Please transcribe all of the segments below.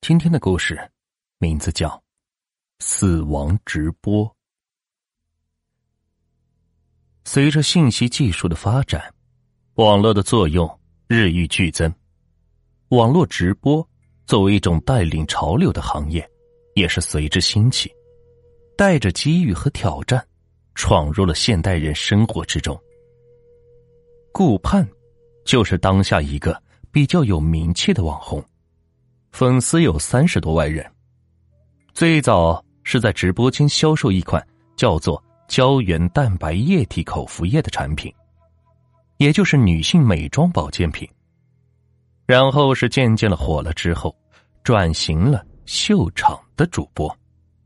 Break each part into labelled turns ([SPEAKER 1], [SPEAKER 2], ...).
[SPEAKER 1] 今天的故事名字叫《死亡直播》。随着信息技术的发展，网络的作用日益剧增。网络直播作为一种带领潮流的行业，也是随之兴起，带着机遇和挑战，闯入了现代人生活之中。顾盼就是当下一个比较有名气的网红，粉丝有30多万人。最早是在直播间销售一款叫做胶原蛋白液体口服液的产品，也就是女性美妆保健品。然后是渐渐的火了之后，转型了秀场的主播。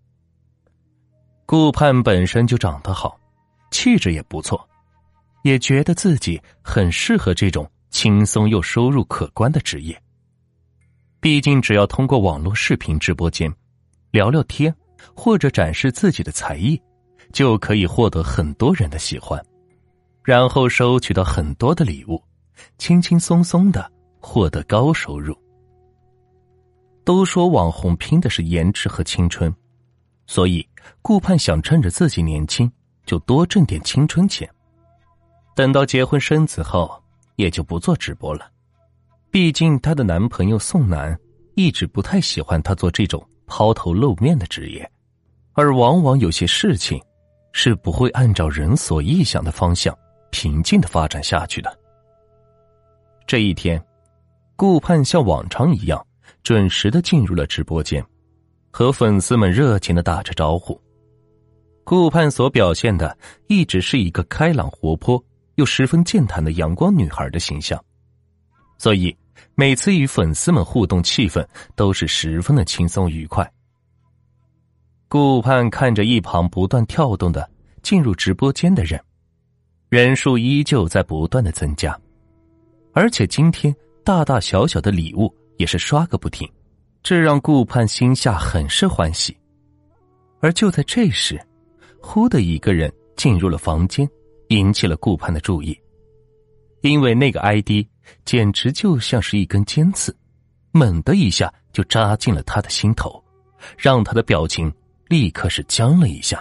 [SPEAKER 1] 顾盼本身就长得好，气质也不错，也觉得自己很适合这种轻松又收入可观的职业。毕竟只要通过网络视频直播间聊聊天，或者展示自己的才艺，就可以获得很多人的喜欢，然后收取到很多的礼物，轻轻松松的获得高收入。都说网红拼的是颜值和青春，所以顾盼想趁着自己年轻就多挣点青春钱，等到结婚生子后也就不做直播了。毕竟她的男朋友宋楠一直不太喜欢她做这种抛头露面的职业，而往往有些事情是不会按照人所臆想的方向平静的发展下去的。这一天，顾盼像往常一样准时的进入了直播间，和粉丝们热情的打着招呼。顾盼所表现的一直是一个开朗活泼又十分健谈的阳光女孩的形象，所以每次与粉丝们互动，气氛都是十分的轻松愉快。顾盼看着一旁不断跳动的进入直播间的人，人数依旧在不断的增加，而且今天大大小小的礼物也是刷个不停，这让顾盼心下很是欢喜。而就在这时，忽的一个人进入了房间，引起了顾盼的注意。因为那个 ID 简直就像是一根尖刺，猛的一下就扎进了他的心头，让他的表情立刻是僵了一下。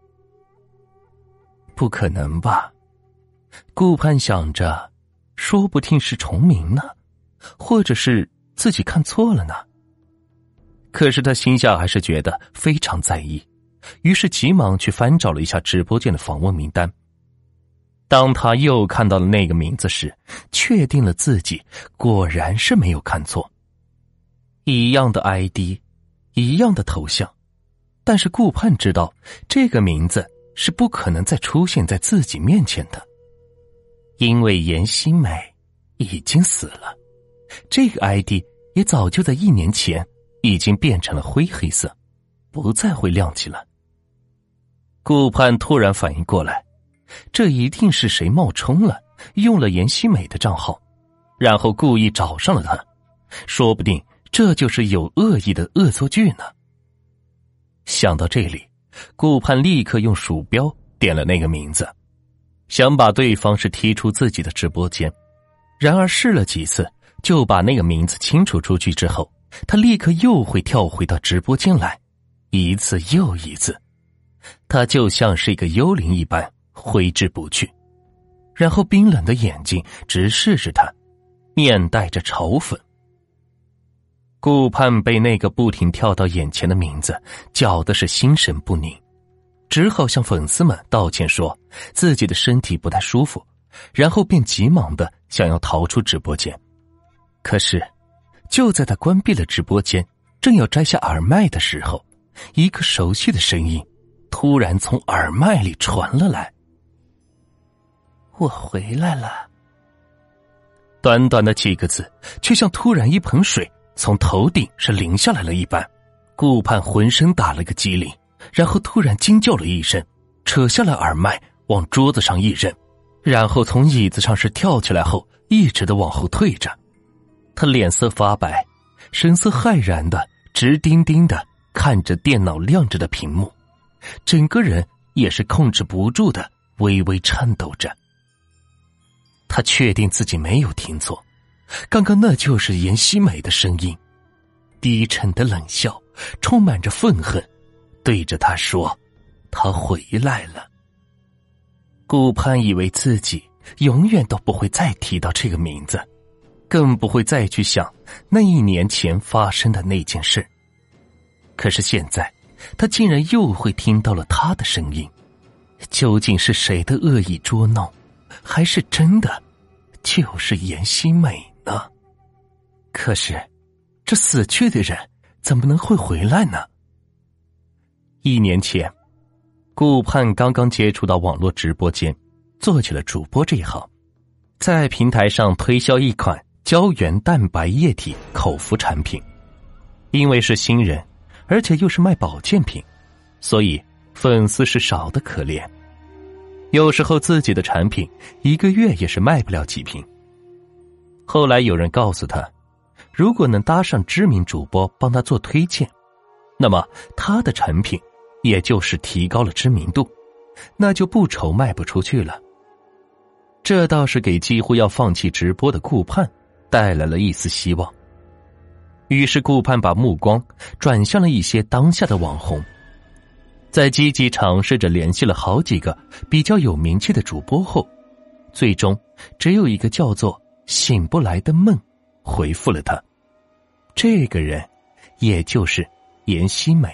[SPEAKER 1] 不可能吧？顾盼想着，说不定是重名呢，或者是自己看错了呢。可是他心下还是觉得非常在意，于是急忙去翻找了一下直播间的访问名单。当他又看到了那个名字时，确定了自己果然是没有看错。一样的 ID， 一样的头像，但是顾盼知道这个名字是不可能再出现在自己面前的，因为颜希美已经死了，这个 ID 也早就在1年前已经变成了灰黑色，不再会亮起了。顾盼突然反应过来，这一定是谁冒充了，用了颜希美的账号，然后故意找上了他，说不定这就是有恶意的恶作剧呢。想到这里，顾盼立刻用鼠标点了那个名字，想把对方是踢出自己的直播间。然而试了几次，就把那个名字清除出去之后，他立刻又会跳回到直播间来，一次又一次。他就像是一个幽灵一般挥之不去，然后冰冷的眼睛直视着他，面带着嘲讽。顾盼被那个不停跳到眼前的名字搅得是心神不宁，只好向粉丝们道歉说自己的身体不太舒服，然后便急忙的想要逃出直播间。可是就在他关闭了直播间，正要摘下耳麦的时候，一个熟悉的声音突然从耳麦里传了来：我回来了。短短的几个字，却像突然一盆水从头顶是淋下来了一般。顾盼浑身打了个激灵，然后突然惊叫了一声，扯下了耳麦往桌子上一扔，然后从椅子上是跳起来后一直的往后退着。他脸色发白，神色骇然的直盯盯的看着电脑亮着的屏幕，整个人也是控制不住的微微颤抖着。他确定自己没有听错，刚刚那就是颜希美的声音。 低沉的冷笑，充满着愤恨，对着他说：“他回来了。”顾盼以为自己永远都不会再提到这个名字，更不会再去想那1年前发生的那件事。可是现在，他竟然又会听到了他的声音。究竟是谁的恶意捉弄，还是真的就是严希美呢？可是，这死去的人怎么能会回来呢？1年前，顾盼刚刚接触到网络直播间，做起了主播这一行，在平台上推销一款胶原蛋白液体口服产品。因为是新人，而且又是卖保健品，所以粉丝是少得可怜。有时候自己的产品1个月也是卖不了几瓶。后来有人告诉他，如果能搭上知名主播帮他做推荐，那么他的产品也就是提高了知名度，那就不愁卖不出去了。这倒是给几乎要放弃直播的顾盼带来了一丝希望。于是顾盼把目光转向了一些当下的网红，在积极尝试着联系了好几个比较有名气的主播后，最终只有一个叫做醒不来的梦回复了他。这个人也就是严希美。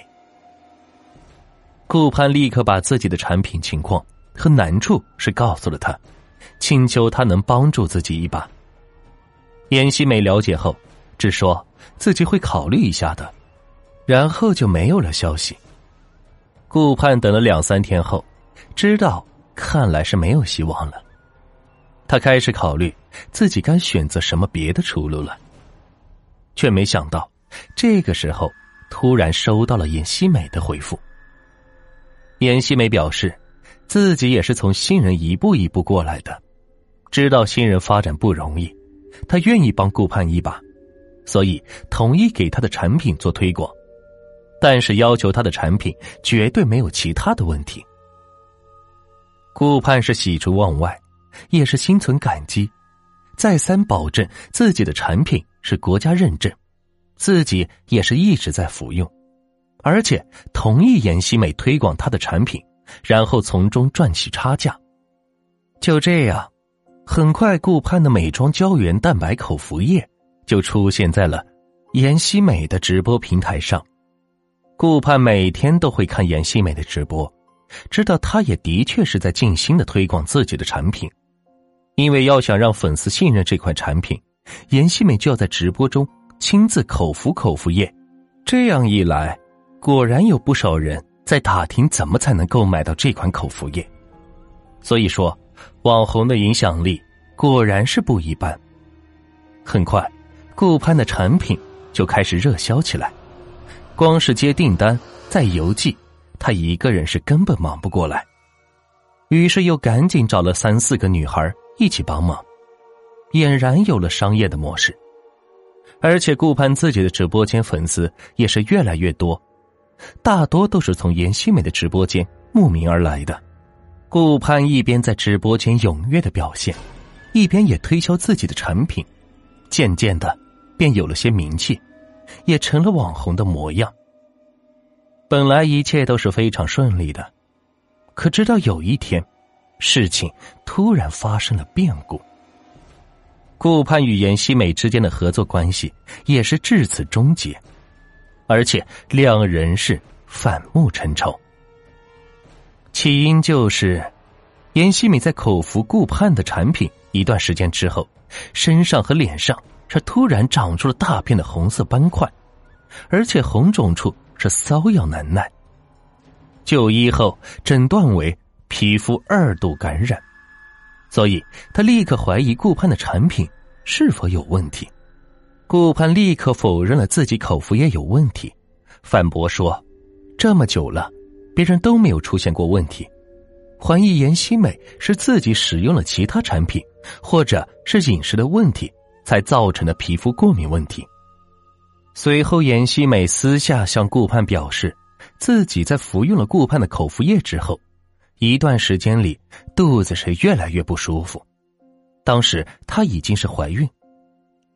[SPEAKER 1] 顾盼立刻把自己的产品情况和难处是告诉了他，请求他能帮助自己一把。严希美了解后只说自己会考虑一下的，然后就没有了消息。顾盼等了2、3天后，知道看来是没有希望了。他开始考虑自己该选择什么别的出路了，却没想到这个时候突然收到了严希美的回复。严希美表示自己也是从新人一步一步过来的，知道新人发展不容易，他愿意帮顾盼一把，所以同意给他的产品做推广，但是要求他的产品绝对没有其他的问题。顾盼是喜出望外，也是心存感激，再三保证自己的产品是国家认证，自己也是一直在服用，而且同意严希美推广他的产品，然后从中赚取差价。就这样，很快顾盼的美妆胶原蛋白口服液就出现在了严希美的直播平台上。顾盼每天都会看严希美的直播，知道她也的确是在尽心的推广自己的产品。因为要想让粉丝信任这款产品，严希美就要在直播中亲自口服液。这样一来，果然有不少人在打听怎么才能购买到这款口服液。所以说，网红的影响力果然是不一般。很快，顾盼的产品就开始热销起来。光是接订单再邮寄，他一个人是根本忙不过来，于是又赶紧找了3、4个女孩一起帮忙，俨然有了商业的模式。而且顾盼自己的直播间粉丝也是越来越多，大多都是从严希美的直播间慕名而来的。顾盼一边在直播间踊跃的表现，一边也推销自己的产品，渐渐的便有了些名气，也成了网红的模样。本来一切都是非常顺利的，可直到有一天，事情突然发生了变故。顾盼与严希美之间的合作关系也是至此终结，而且两人是反目成仇。起因就是严希美在口服顾盼的产品一段时间之后，身上和脸上是突然长出了大片的红色斑块，而且红肿处是瘙痒难耐。就医后诊断为皮肤2度感染，所以他立刻怀疑顾盼的产品是否有问题。顾盼立刻否认了自己口服液有问题，反驳说这么久了别人都没有出现过问题，怀疑严希美是自己使用了其他产品，或者是饮食的问题才造成的皮肤过敏问题。随后严希美私下向顾盼表示，自己在服用了顾盼的口服液之后，一段时间里肚子是越来越不舒服，当时她已经是怀孕，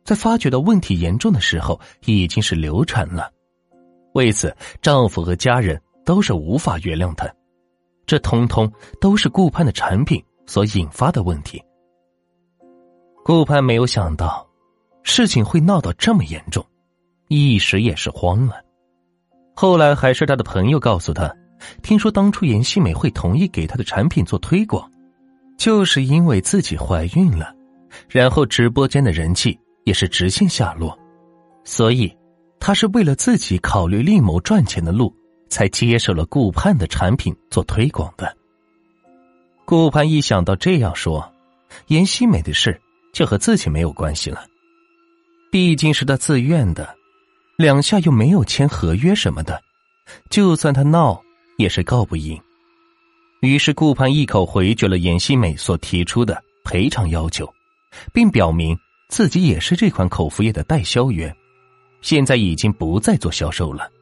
[SPEAKER 1] 在发觉到问题严重的时候已经是流产了。为此，丈夫和家人都是无法原谅她，这通通都是顾盼的产品所引发的问题。顾盼没有想到事情会闹到这么严重，一时也是慌了。后来还是他的朋友告诉他，听说当初严希美会同意给他的产品做推广，就是因为自己怀孕了，然后直播间的人气也是直线下落，所以他是为了自己考虑另谋赚钱的路，才接受了顾盼的产品做推广的。顾盼一想到这样说，严希美的事就和自己没有关系了，毕竟是他自愿的，两下又没有签合约什么的，就算他闹也是告不赢。于是顾盼一口回绝了严希美所提出的赔偿要求，并表明自己也是这款口服液的代销员，现在已经不再做销售了。